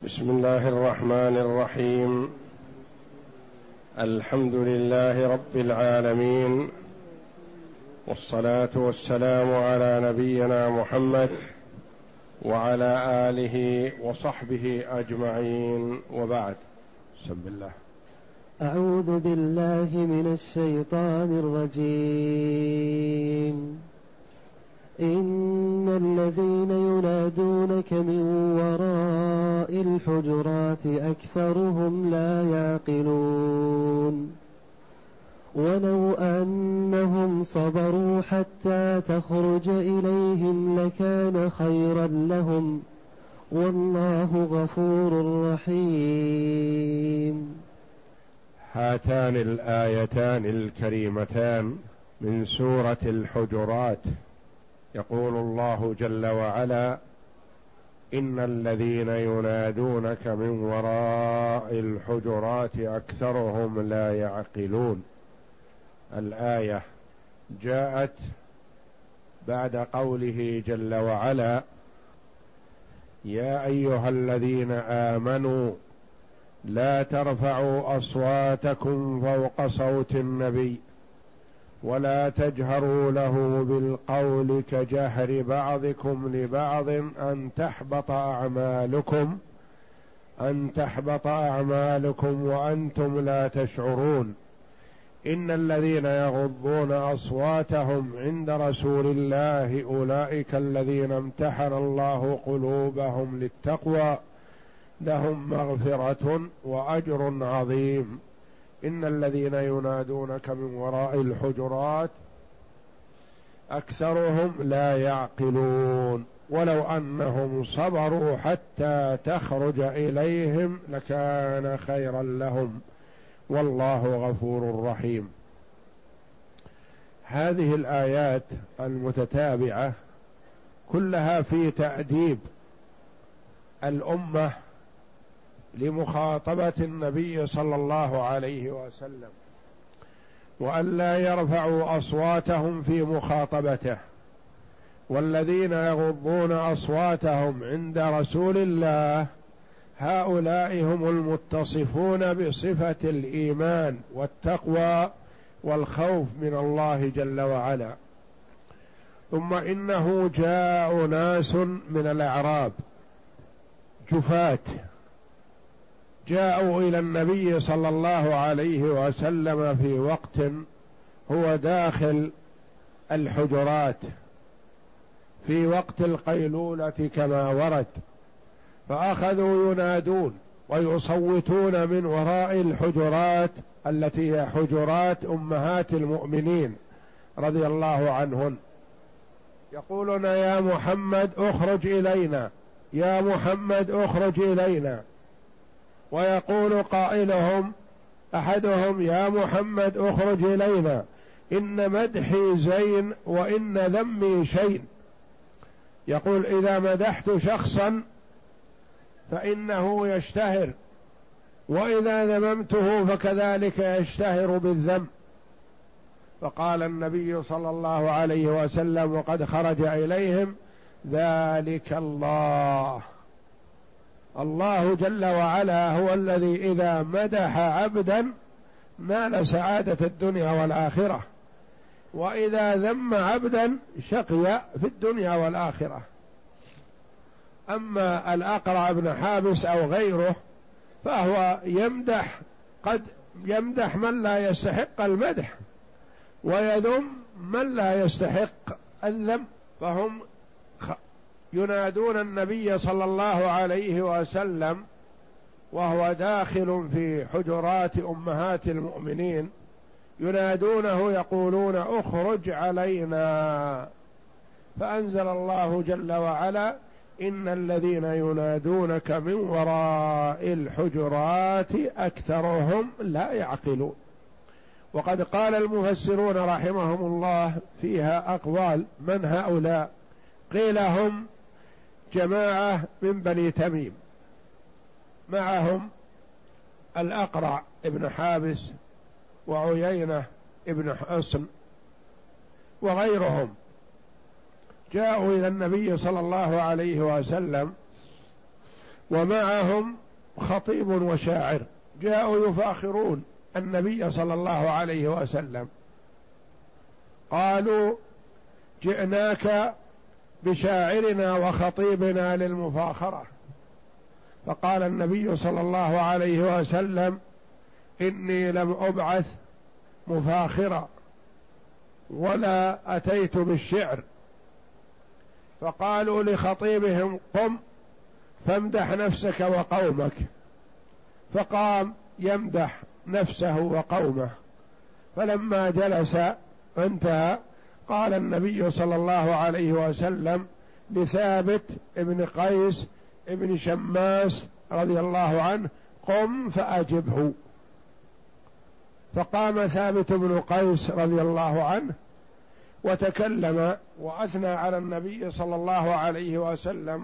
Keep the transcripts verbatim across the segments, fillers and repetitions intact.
بسم الله الرحمن الرحيم. الحمد لله رب العالمين، والصلاة والسلام على نبينا محمد وعلى آله وصحبه أجمعين، وبعد. بسم الله. أعوذ بالله من الشيطان الرجيم. إن الذين ينادونك من وراء الحجرات أكثرهم لا يعقلون، ولو أنهم صبروا حتى تخرج إليهم لكان خيرا لهم، والله غفور رحيم. هاتان الآيتان الكريمتان من سورة الحجرات، يقول الله جل وعلا: إن الذين ينادونك من وراء الحجرات أكثرهم لا يعقلون. الآية جاءت بعد قوله جل وعلا: يا أيها الذين آمنوا لا ترفعوا أصواتكم فوق صوت النبي ولا تجهروا له بالقول كجهر بعضكم لبعض أن تحبط أعمالكم أن تحبط أعمالكم وأنتم لا تشعرون. إن الذين يغضون أصواتهم عند رسول الله أولئك الذين امتحن الله قلوبهم للتقوى لهم مغفرة وأجر عظيم. إن الذين ينادونك من وراء الحجرات أكثرهم لا يعقلون، ولو أنهم صبروا حتى تخرج إليهم لكان خيرا لهم، والله غفور رحيم. هذه الآيات المتتابعة كلها في تأديب الأمة لمخاطبة النبي صلى الله عليه وسلم، وأن لا يرفعوا أصواتهم في مخاطبته. والذين يغضون أصواتهم عند رسول الله هؤلاء هم المتصفون بصفة الإيمان والتقوى والخوف من الله جل وعلا. ثم إنه جاء ناس من الأعراب جفاة جاءوا إلى النبي صلى الله عليه وسلم في وقت هو داخل الحجرات في وقت القيلولة كما ورد، فأخذوا ينادون ويصوتون من وراء الحجرات التي هي حجرات أمهات المؤمنين رضي الله عنهن، يقولون: يا محمد اخرج إلينا، يا محمد اخرج إلينا. ويقول قائلهم أحدهم: يا محمد اخرج إلينا، إن مدحي زين وإن ذمي شين. يقول: إذا مدحت شخصا فإنه يشتهر، وإذا ذممته فكذلك يشتهر بالذم. فقال النبي صلى الله عليه وسلم وقد خرج إليهم: ذلك الله الله جل وعلا هو الذي إذا مدح عبدا نال سعادة الدنيا والآخرة، وإذا ذم عبدا شقي في الدنيا والآخرة. أما الأقرع بن حابس أو غيره فهو يمدح، قد يمدح من لا يستحق المدح ويذم من لا يستحق الذم، فهم ينادون النبي صلى الله عليه وسلم وهو داخل في حجرات أمهات المؤمنين، ينادونه يقولون: اخرج علينا. فأنزل الله جل وعلا: إن الذين ينادونك من وراء الحجرات أكثرهم لا يعقلون. وقد قال المفسرون رحمهم الله فيها أقوال: من هؤلاء؟ قيل: هم جماعة من بني تميم، معهم الأقرع ابن حابس وعيينة ابن حصن وغيرهم، جاءوا إلى النبي صلى الله عليه وسلم ومعهم خطيب وشاعر، جاءوا يفاخرون النبي صلى الله عليه وسلم، قالوا جئناك بشاعرنا وخطيبنا للمفاخرة. فقال النبي صلى الله عليه وسلم: إني لم أبعث مفاخرا ولا أتيت بالشعر. فقالوا لخطيبهم: قم فامدح نفسك وقومك. فقام يمدح نفسه وقومه، فلما جلس انتهى قال النبي صلى الله عليه وسلم لثابت ابن قيس ابن شماس رضي الله عنه: قم فأجبه. فقام ثابت بن قيس رضي الله عنه وتكلم وأثنى على النبي صلى الله عليه وسلم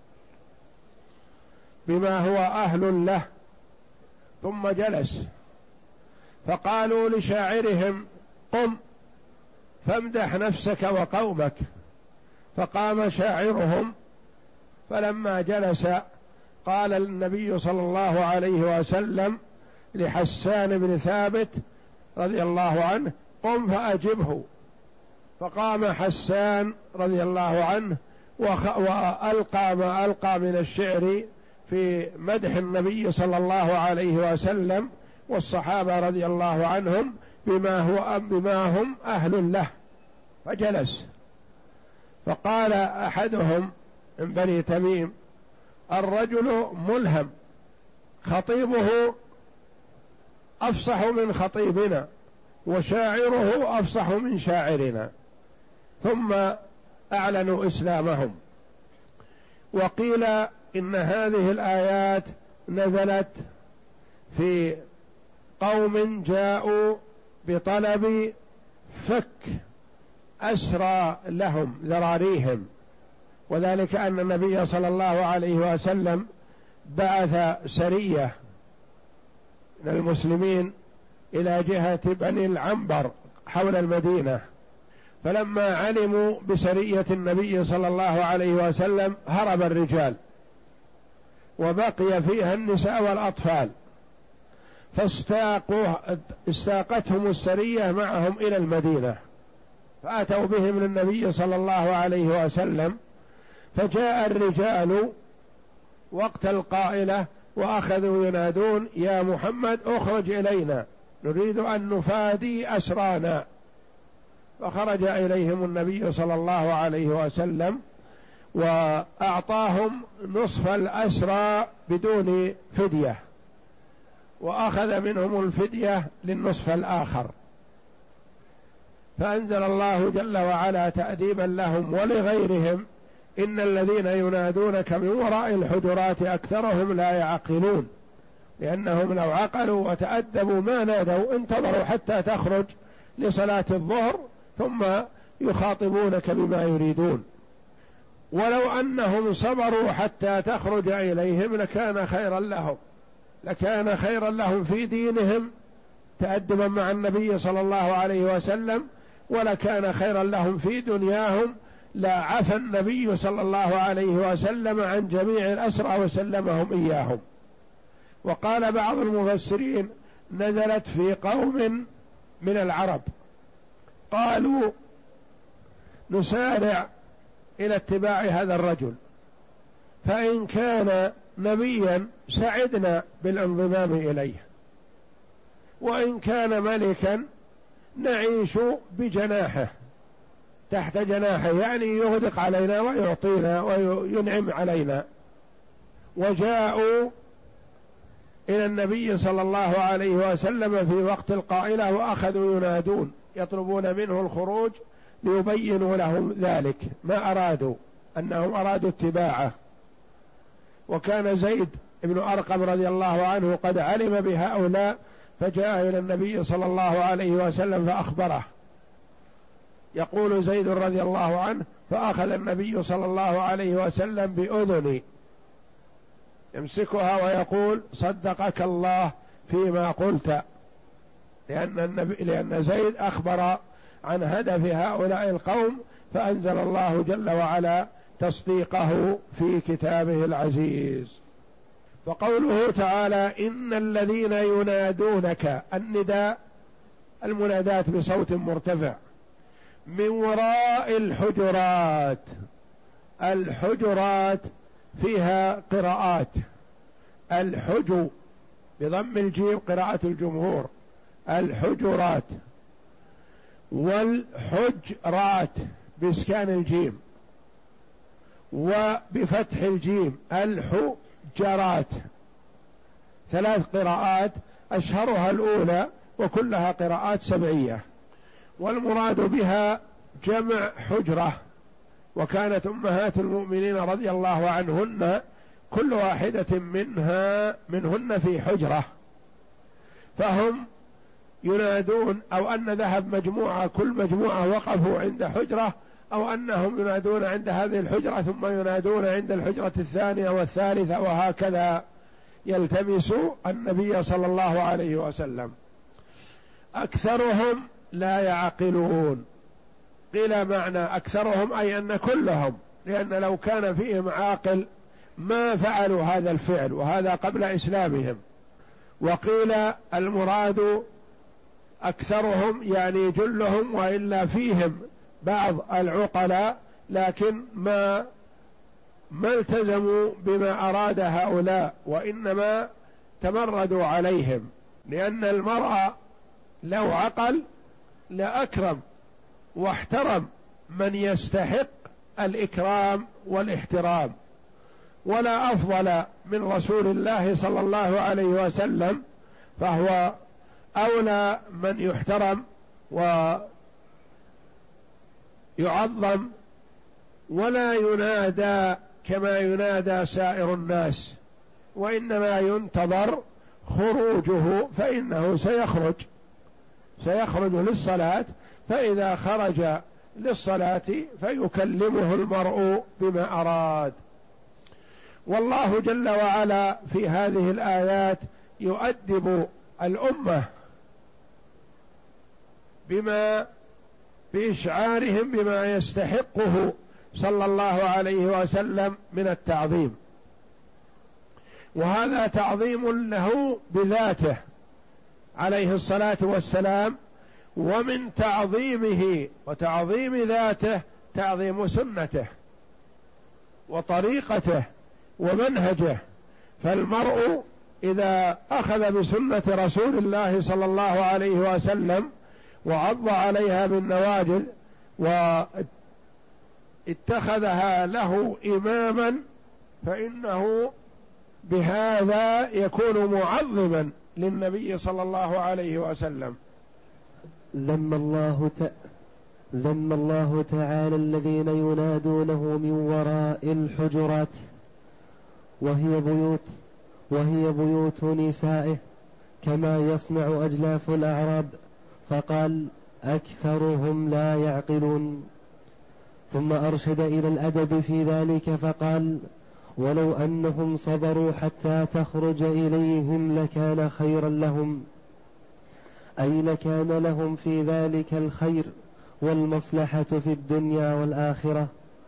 بما هو أهل له، ثم جلس. فقالوا لشاعرهم: قم فامدح نفسك وقومك. فقام شاعرهم، فلما جلس قال النبي صلى الله عليه وسلم لحسان بن ثابت رضي الله عنه: قم فأجبه. فقام حسان رضي الله عنه وألقى ما ألقى من الشعر في مدح النبي صلى الله عليه وسلم والصحابة رضي الله عنهم بما هو بما هم أهل له. فجلس. فقال أحدهم من بني تميم: الرجل ملهم، خطيبه أفصح من خطيبنا وشاعره أفصح من شاعرنا. ثم أعلنوا إسلامهم. وقيل إن هذه الآيات نزلت في قوم جاءوا بطلب فك أسرى لهم ذراريهم، وذلك أن النبي صلى الله عليه وسلم بعث سرية من المسلمين إلى جهة بني العنبر حول المدينة، فلما علموا بسرية النبي صلى الله عليه وسلم هرب الرجال وبقي فيها النساء والأطفال، فاستاقوا استاقتهم السرية معهم إلى المدينة، فأتوا بهم للنبي صلى الله عليه وسلم. فجاء الرجال وقت القائلة وأخذوا ينادون: يا محمد اخرج إلينا نريد أن نفادي أسرانا. فخرج إليهم النبي صلى الله عليه وسلم وأعطاهم نصف الأسرى بدون فدية، وأخذ منهم الفدية للنصف الآخر. فأنزل الله جل وعلا تأديبا لهم ولغيرهم: إن الذين ينادونك من وراء الحجرات أكثرهم لا يعقلون، لأنهم لو عقلوا وتأدبوا ما نادوا، انتظروا حتى تخرج لصلاة الظهر ثم يخاطبونك بما يريدون. ولو أنهم صبروا حتى تخرج إليهم لكان خيرا لهم، لكان خيرا لهم في دينهم تأدبا مع النبي صلى الله عليه وسلم، ولكان خيرا لهم في دنياهم. لا عفى النبي صلى الله عليه وسلم عن جميع الأسرى وسلمهم إياهم. وقال بعض المفسرين: نزلت في قوم من العرب قالوا: نسارع إلى اتباع هذا الرجل، فإن كان نبيا سعدنا بالانضمام إليه، وإن كان ملكا نعيش بجناحه، تحت جناحه، يعني يغدق علينا ويعطينا وينعم علينا. وجاءوا إلى النبي صلى الله عليه وسلم في وقت القائلة وأخذوا ينادون يطلبون منه الخروج ليبينوا لهم ذلك، ما أرادوا أنهم أرادوا اتباعه. وكان زيد بن أرقم رضي الله عنه قد علم بهؤلاء، فجاء إلى النبي صلى الله عليه وسلم فأخبره. يقول زيد رضي الله عنه: فأخذ النبي صلى الله عليه وسلم بأذني يمسكها ويقول: صدقك الله فيما قلت، لأن, النبي لأن زيد أخبر عن هدف هؤلاء القوم، فأنزل الله جل وعلا تصديقه في كتابه العزيز. فقوله تعالى إن الذين ينادونك، النداء المنادات بصوت مرتفع، من وراء الحجرات. الحجرات فيها قراءات، الحجو بضم الجيم قراءة الجمهور، الحجرات، والحجرات بإسكان الجيم وبفتح الجيم الحجرات. ثلاث قراءات أشهرها الأولى وكلها قراءات سبعية، والمراد بها جمع حجرة، وكانت أمهات المؤمنين رضي الله عنهن كل واحدة منها منهن في حجرة، فهم ينادون، أو أن ذهب مجموعة كل مجموعة وقفوا عند حجرة، أو أنهم ينادون عند هذه الحجرة ثم ينادون عند الحجرة الثانية والثالثة، وهكذا يلتمس النبي صلى الله عليه وسلم. أكثرهم لا يعقلون، قيل معنى أكثرهم أي أن كلهم، لأن لو كان فيهم عاقل ما فعلوا هذا الفعل، وهذا قبل إسلامهم. وقيل المراد أكثرهم يعني جلهم، وإلا فيهم بعض العقلاء لكن ما ما التزموا بما أراد هؤلاء، وإنما تمردوا عليهم، لأن المرء لو عقل لأكرم واحترم من يستحق الإكرام والاحترام، ولا أفضل من رسول الله صلى الله عليه وسلم، فهو أولى من يحترم ويعظم، ولا ينادى كما ينادى سائر الناس، وإنما ينتظر خروجه، فإنه سيخرج سيخرج للصلاة، فإذا خرج للصلاة فيكلمه المرء بما أراد. والله جل وعلا في هذه الآيات يؤدب الأمة بما بإشعارهم بما يستحقه صلى الله عليه وسلم من التعظيم، وهذا تعظيم له بذاته عليه الصلاة والسلام، ومن تعظيمه وتعظيم ذاته تعظيم سنته وطريقته ومنهجه. فالمرء إذا أخذ بسنة رسول الله صلى الله عليه وسلم وعض عليها بالنواجذ واتخذها له إماما، فإنه بهذا يكون معظما للنبي صلى الله عليه وسلم. ذم الله ت... ذم الله تعالى الذين ينادونه من وراء الحجرات، وهي بيوت وهي بيوت نسائه، كما يصنع أجلاف الأعراب، فقال أكثرهم لا يعقلون. ثم أرشد إلى الأدب في ذلك فقال ولو أنهم صبروا حتى تخرج إليهم لكان خيرا لهم، أي لكان لهم في ذلك الخير والمصلحة في الدنيا والآخرة.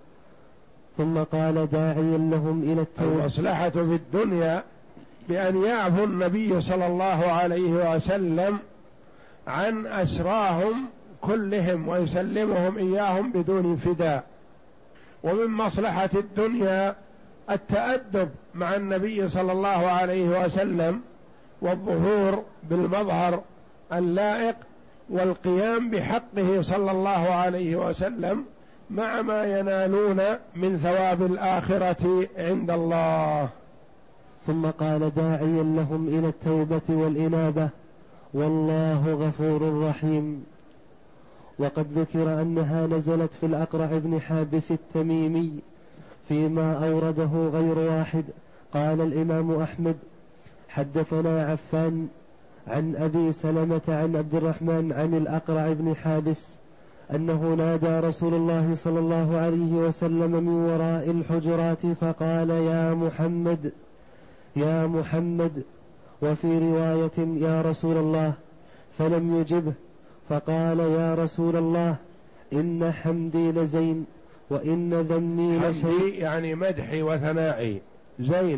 ثم قال داعيا لهم إلى التوبة. المصلحة في الدنيا بأن يعفو النبي صلى الله عليه وسلم عن أسراهم كلهم ويسلمهم إياهم بدون فداء، ومن مصلحة الدنيا التأدب مع النبي صلى الله عليه وسلم والظهور بالمظهر اللائق والقيام بحقه صلى الله عليه وسلم مع ما ينالون من ثواب الآخرة عند الله. ثم قال داعيا لهم إلى التوبة والإنابة والله غفور رحيم. وقد ذكر أنها نزلت في الأقرع بن حابس التميمي فيما أورده غير واحد. قال الإمام أحمد حدثنا عفان عن أبي سلمة عن عبد الرحمن عن الأقرع بن حابس أنه نادى رسول الله صلى الله عليه وسلم من وراء الحجرات فقال يا محمد يا محمد، وفي رواية يا رسول الله، فلم يجبه، فقال يا رسول الله إن حمدي لزين وإن ذمي لشيء. يعني مدحي وثنائي، زين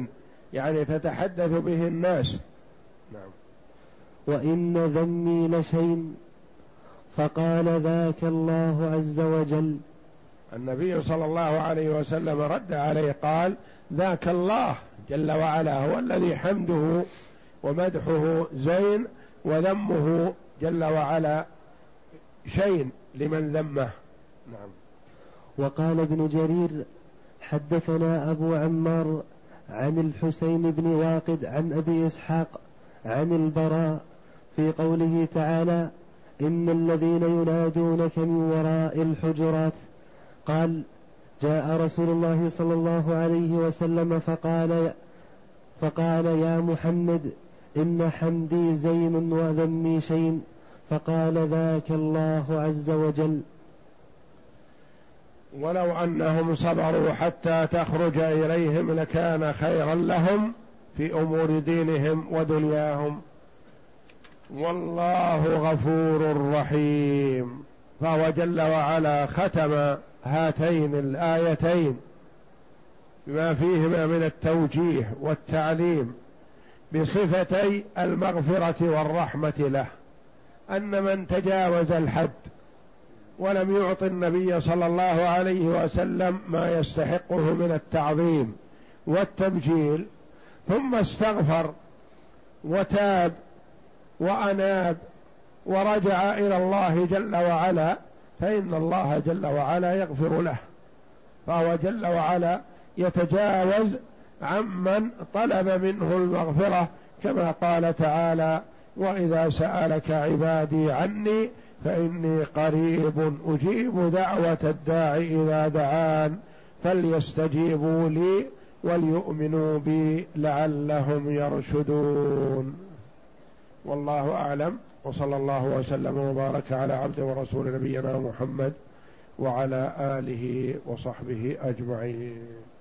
يعني تتحدث به الناس. نعم. وإن ذمي لشيء، فقال ذاك الله عز وجل. النبي صلى الله عليه وسلم رد عليه قال ذاك الله جل وعلا هو الذي حمده ومدحه زين وذمه جل وعلا شيء لمن ذمه. نعم. وقال ابن جرير حدثنا أبو عمار عن الحسين بن واقد عن أبي إسحاق عن البراء في قوله تعالى إن الذين ينادونك من وراء الحجرات، قال جاء رسول الله صلى الله عليه وسلم فقال فقال يا محمد إن حمدي زين وذمي شين، فقال ذاك الله عز وجل. ولو أنهم صبروا حتى تخرج إليهم لكان خيرا لهم في أمور دينهم ودنياهم، والله غفور رحيم. فهو جل وعلا ختم هاتين الآيتين بما فيهما من التوجيه والتعليم بصفتي المغفرة والرحمة له، أن من تجاوز الحد ولم يعط النبي صلى الله عليه وسلم ما يستحقه من التعظيم والتبجيل ثم استغفر وتاب وأناب ورجع إلى الله جل وعلا، فإن الله جل وعلا يغفر له. فهو جل وعلا يتجاوز عمن طلب منه المغفرة، كما قال تعالى وإذا سألك عبادي عني فإني قريب أجيب دعوة الداع إذا دعان فليستجيبوا لي وليؤمنوا بي لعلهم يرشدون. والله أعلم، وصلى الله وسلم وبارك على عبد ورسول نبينا محمد وعلى آله وصحبه أجمعين.